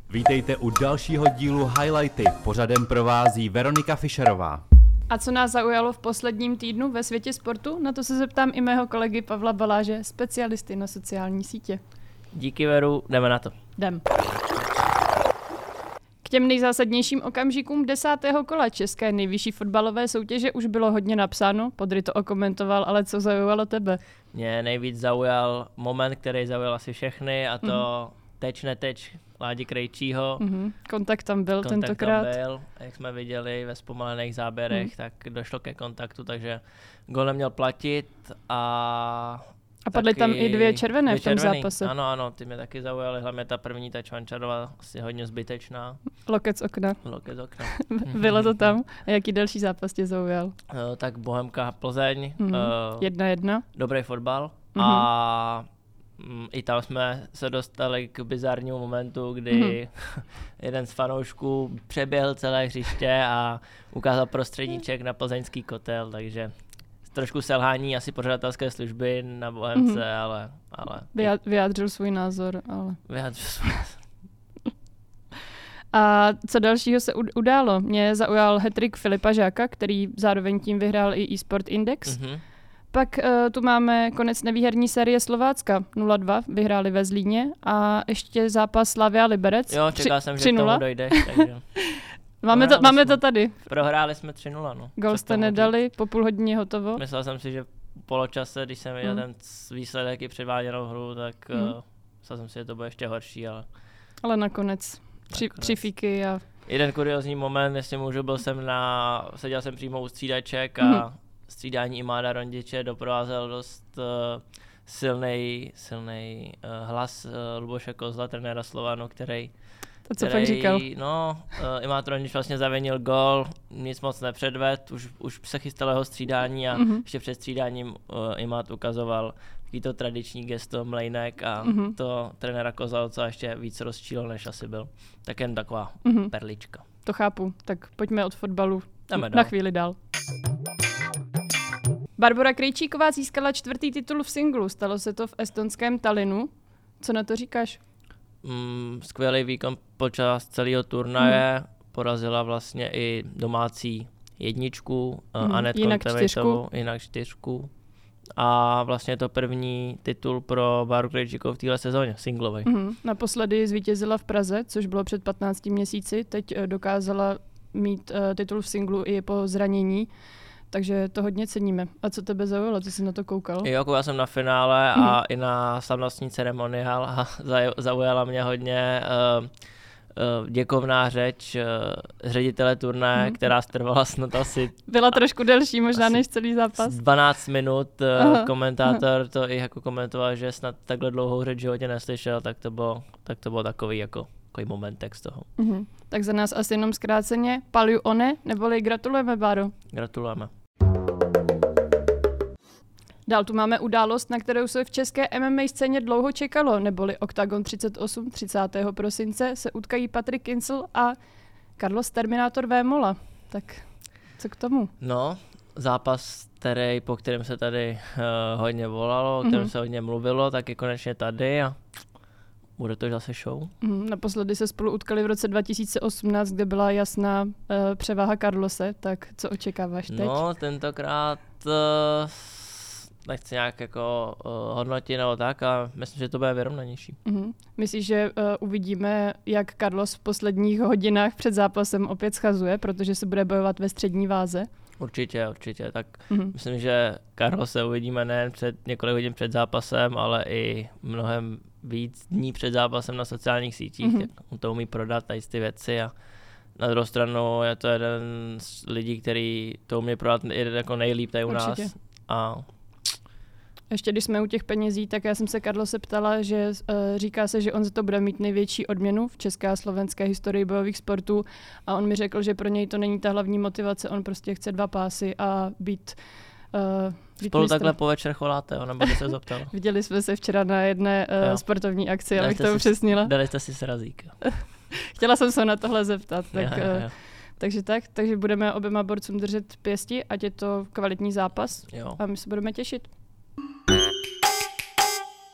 Vítejte u dalšího dílu Highlighty. Pořadem provází Veronika Fischerová. A co nás zaujalo v posledním týdnu ve světě sportu? Na to se zeptám i mého kolegy Pavla Baláže, specialisty na sociální sítě. Díky, Veru, jdeme na to. Jdem. K těm nejzásadnějším okamžikům 10. kola české nejvyšší fotbalové soutěže už bylo hodně napsáno, Podry to okomentoval, ale co zaujalo tebe? Mě nejvíc zaujal moment, který zaujal asi všechny, a to teč neteč Ládi Krejčího. Kontakt tam byl tentokrát. Tam byl, jak jsme viděli ve zpomalených záběrech, tak došlo ke kontaktu, takže gól neměl platit a padly tam i dvě červené v tom zápase. Ano, ty mě taky zaujaly, hlavně ta první, ta Čvančarova, asi hodně zbytečná. Lokec okna. Bylo to tam. A jaký další zápas tě zaujal? Tak Bohemka Plzeň. 1-1. Dobrý fotbal. A i tam jsme se dostali k bizarnímu momentu, kdy jeden z fanoušků přeběhl celé hřiště a ukázal prostředníček na plzeňský kotel, takže trošku selhání asi pořadatelské služby na Bohemce, ale vyjádřil svůj názor, ale... A co dalšího se událo? Mě zaujal hat-trick Filipa Žáka, který zároveň tím vyhrál i eSport Index. Pak tu máme konec nevýherní série Slovácka 0-2, vyhráli ve Zlíně, a ještě zápas Slavia Liberec. Jo, čekal jsem, že k tomu dojdeš, takže... Máme to tady. Prohráli jsme 3-0, no. Gól jste nedali, po půl hodině hotovo. Myslel jsem si, že v poločase, když jsem viděl ten výsledek i předváděnou hru, tak myslel jsem si, že to bude ještě horší, ale nakonec tři fíky a... Jeden kuriózní moment, jestli můžu, seděl jsem přímo u střídaček a střídání Imáda Rondiče doprovázel dost silnej hlas Luboše Kozla, trenéra Slovanu, který pak říkal? Imad Rondič vlastně zavinil gól, nic moc nepředved, už se chystalo jeho střídání a ještě před střídáním Imad ukazoval takový to tradiční gesto mlejnek a to trenéra Kozla docela ještě víc rozčílil, než asi byl. Tak jen taková perlička. To chápu, tak pojďme od fotbalu na chvíli dál. Barbora Krejčíková získala 4. titul v singlu, stalo se to v estonském Tallinnu. Co na to říkáš? Skvělý výkon počas celého turnaje, porazila vlastně i domácí jedničku, Anetku Kontevitovou, jinak čtyřku. A vlastně je to první titul pro Báru Krejčíkovou v téhle sezóně, singlovej. Naposledy zvítězila v Praze, což bylo před 15 měsíci, teď dokázala mít titul v singlu i po zranění. Takže to hodně ceníme. A co tebe zaujalo? Ty jsi na to koukal? Jo, koukal jsem na finále a i na slavnostní ceremoniál a zaujala mě hodně děkovná řeč ředitele turnaje, která strvala snad asi... Byla trošku delší možná než celý zápas. 12 minut. Komentátor to i jako komentoval, že snad takhle dlouhou řeč v životě neslyšel, tak to bylo takový momentek z toho. Tak za nás asi jenom zkráceně Palju one, neboli gratulujeme, Báro. Gratulujeme. Dál tu máme událost, na kterou se v české MMA scéně dlouho čekalo, neboli Octagon 38 30. prosince se utkají Patrik Kincl a Carlos Terminator Vémola. Tak co k tomu? No, zápas, po kterém se tady hodně volalo, o kterém se hodně mluvilo, tak je konečně tady a bude to zase show? Naposledy se spolu utkali v roce 2018, kde byla jasná převaha Carlose, tak co očekáváš teď? No, tentokrát nechci nějak jako hodnotit nebo tak, a myslím, že to bude vyrovnanější. Myslíš, že uvidíme, jak Carlos v posledních hodinách před zápasem opět schazuje, protože se bude bojovat ve střední váze? Určitě. Tak myslím, že Carlose uvidíme nejen několik hodin před zápasem, ale i mnohem víc dní před zápasem na sociálních sítích. On to umí prodat tady ty věci a na druhou stranu je to jeden z lidí, který to umí prodat jako nejlíp tady u nás. A ještě když jsme u těch penězí, tak já jsem se Carlose ptala, že říká se, že on za to bude mít největší odměnu v české a slovenské historii bojových sportů, a on mi řekl, že pro něj to není ta hlavní motivace, on prostě chce 2 pásy a být spolu mistr. Takhle po večer choláte, nebo se zeptal. Viděli jsme se včera na jedné sportovní akci, abych to upřesnila. Dali jste si srazík. Chtěla jsem se na tohle zeptat, tak... Jo. Takže budeme oběma borcům držet pěsti, ať je to kvalitní zápas, jo. A my se budeme těšit.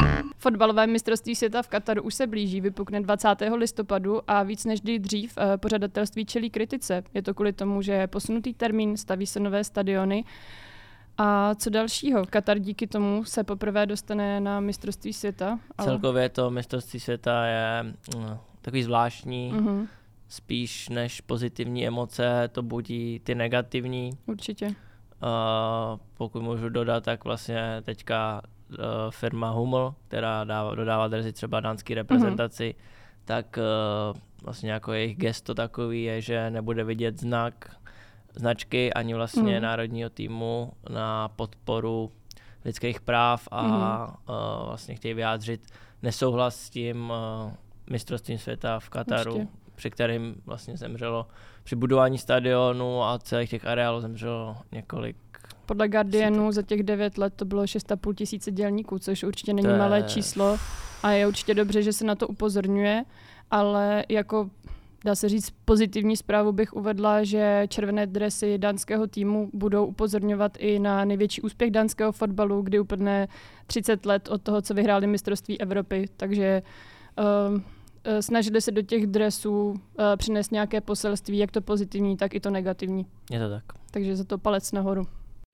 Fotbalové mistrovství světa v Kataru už se blíží, vypukne 20. listopadu a víc než kdy dřív pořadatelství čelí kritice. Je to kvůli tomu, že je posunutý termín, staví se nové stadiony. A co dalšího? Katar díky tomu se poprvé dostane na mistrovství světa. Ale... Celkově to mistrovství světa je takový zvláštní, spíš než pozitivní emoce, to budí ty negativní. Určitě. Pokud můžu dodat, tak vlastně teďka firma Hummel, která dodává dresy třeba dánské reprezentaci, tak vlastně jako jejich gesto takový je, že nebude vidět značky ani vlastně národního týmu na podporu lidských práv a vlastně chtějí vyjádřit nesouhlas s tím mistrovstvím světa v Kataru, při kterým vlastně zemřelo při budování stadionu a celých těch areálů zemřelo několik. Podle Guardianu za těch 9 let to bylo 6,5 tisíce dělníků, což určitě není malé číslo a je určitě dobře, že se na to upozorňuje, ale jako dá se říct pozitivní zprávu bych uvedla, že červené dresy dánského týmu budou upozorňovat i na největší úspěch dánského fotbalu, kdy uplyne 30 let od toho, co vyhráli mistrovství Evropy, takže snažili se do těch dresů přinést nějaké poselství, jak to pozitivní, tak i to negativní. Je to tak. Takže za to palec nahoru.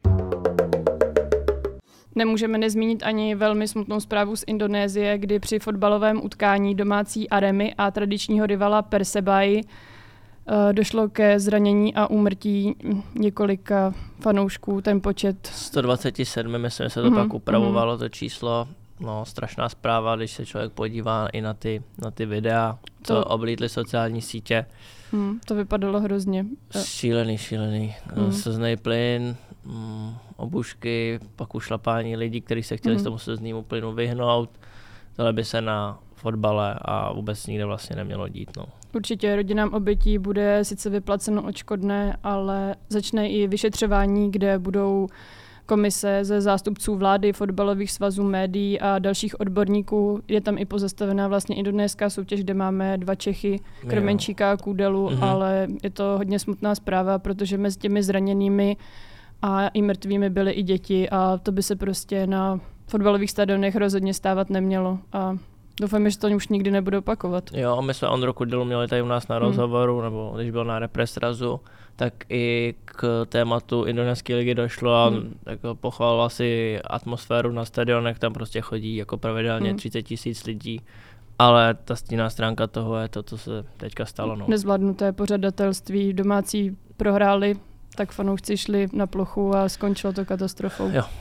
Nemůžeme nezmínit ani velmi smutnou zprávu z Indonésie, kdy při fotbalovém utkání domácí Aremy a tradičního rivala Persebay došlo ke zranění a úmrtí několika fanoušků, ten počet. 127, myslím, že se to pak upravovalo, to číslo. No, strašná zpráva, když se člověk podívá i na ty videa, co oblítly sociální sítě. To vypadalo hrozně. Šílený. Slznej plyn, obušky, pak ušlapání lidí, kteří se chtěli z tomu slznému plynu vyhnout. Tohle by se na fotbale a vůbec nikde vlastně nemělo dít. No. Určitě rodinám obětí bude sice vyplaceno odškodné, ale začne i vyšetřování, kde budou komise ze zástupců vlády, fotbalových svazů, médií a dalších odborníků. Je tam i pozastavená vlastně indonéská soutěž, kde máme 2 Čechy, Krmenčíka a Kůdelu, ale je to hodně smutná zpráva, protože mezi těmi zraněnými a i mrtvými byly i děti a to by se prostě na fotbalových stadionech rozhodně stávat nemělo. A doufáme, že to už nikdy nebude opakovat. Jo, my jsme Ondru Kudelu měli tady u nás na rozhovoru, nebo když byl na Represrazu, tak i k tématu indonéské ligy došlo a jako pochválila si atmosféru na stadionech, tam prostě chodí jako pravidelně 30 000 lidí, ale ta stinná stránka toho je to, co se teďka stalo. No. Nezvládnuté pořadatelství, domácí prohráli, tak fanoušci šli na plochu a skončilo to katastrofou. Jo.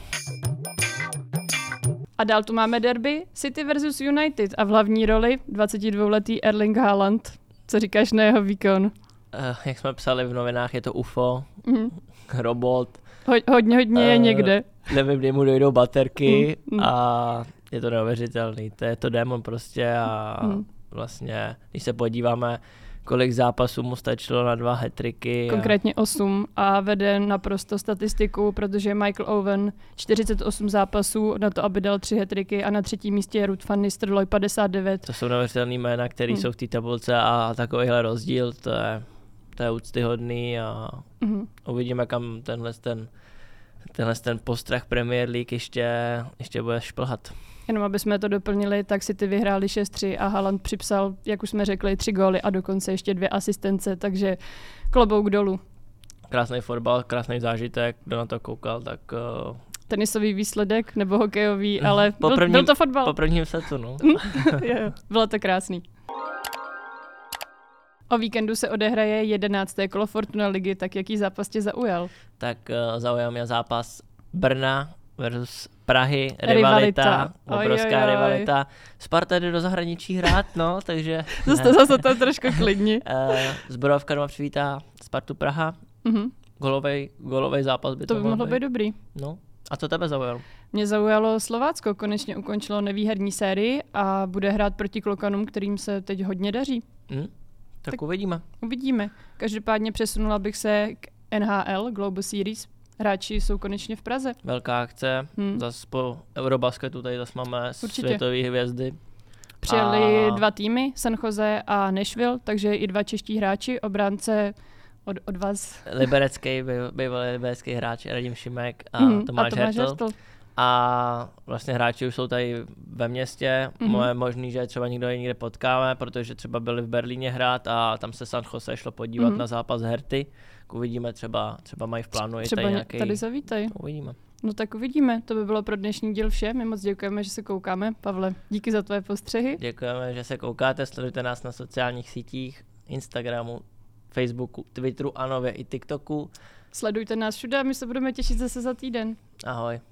A dál tu máme derby City versus United a v hlavní roli 22letý Erling Haaland. Co říkáš na jeho výkon? Jak jsme psali v novinách, je to UFO, robot. Hodně je někde. Nevím, kdy mu dojdou baterky a je to neuvěřitelný. To je to démon prostě a vlastně, když se podíváme, kolik zápasů mu stačilo na 2 hat-tricky. Konkrétně 8 a vede naprosto statistiku, protože Michael Owen 48 zápasů na to, aby dal 3 hat-tricky a na 3. místě je Ruud van Nistelrooy 59. To jsou neuvěřitelný jména, které jsou v té tabulce a takovýhle rozdíl, to je úctyhodný a uvidíme, kam tenhle postrach Premier League ještě bude šplhat. Jenom aby jsme to doplnili, tak City vyhráli 6-3 a Haaland připsal, jak už jsme řekli, 3 góly a dokonce ještě 2 asistence, takže klobouk dolů. Krásný fotbal, krásný zážitek, kdo na to koukal, tak... Tenisový výsledek nebo hokejový, ale byl to fotbal. Po prvním setu, no. Jo, bylo to krásný. O víkendu se odehraje 11. kolo Fortuna ligy, tak jaký zápas tě zaujal? Tak zaujal mě zápas Brna versus Prahy, rivalita. Obrovská rivalita. Sparta jde do zahraničí hrát, no, takže... Zase to trošku klidní. Zbrojovka doma přivítá Spartu Praha. Golovej zápas by to by mohlo být dobrý. No. A co tebe zaujalo? Mě zaujalo Slovácko, konečně ukončilo nevýherní sérii a bude hrát proti Klokanům, kterým se teď hodně daří. Tak uvidíme. Uvidíme. Každopádně přesunula bych se k NHL, Global Series. Hráči jsou konečně v Praze. Velká akce, zase po Eurobasketu tady zase máme světové hvězdy. Přijeli 2 týmy, San Jose a Nashville, takže i 2 čeští hráči, obránce od vás. Bývalý liberecký hráč Radim Šimek a Tomáš Hertl. A vlastně hráči už jsou tady ve městě, možný, že třeba někdo je někde potkáme, protože třeba byli v Berlíně hrát a tam se San Jose šlo podívat na zápas Herty. Uvidíme, třeba mají v plánu i tady nějaký... tady zavítaj. Uvidíme. No tak uvidíme, to by bylo pro dnešní díl vše. My moc děkujeme, že se koukáme. Pavle, díky za tvoje postřehy. Děkujeme, že se koukáte, sledujte nás na sociálních sítích, Instagramu, Facebooku, Twitteru a nově i TikToku. Sledujte nás všude a my se budeme těšit zase za týden. Ahoj.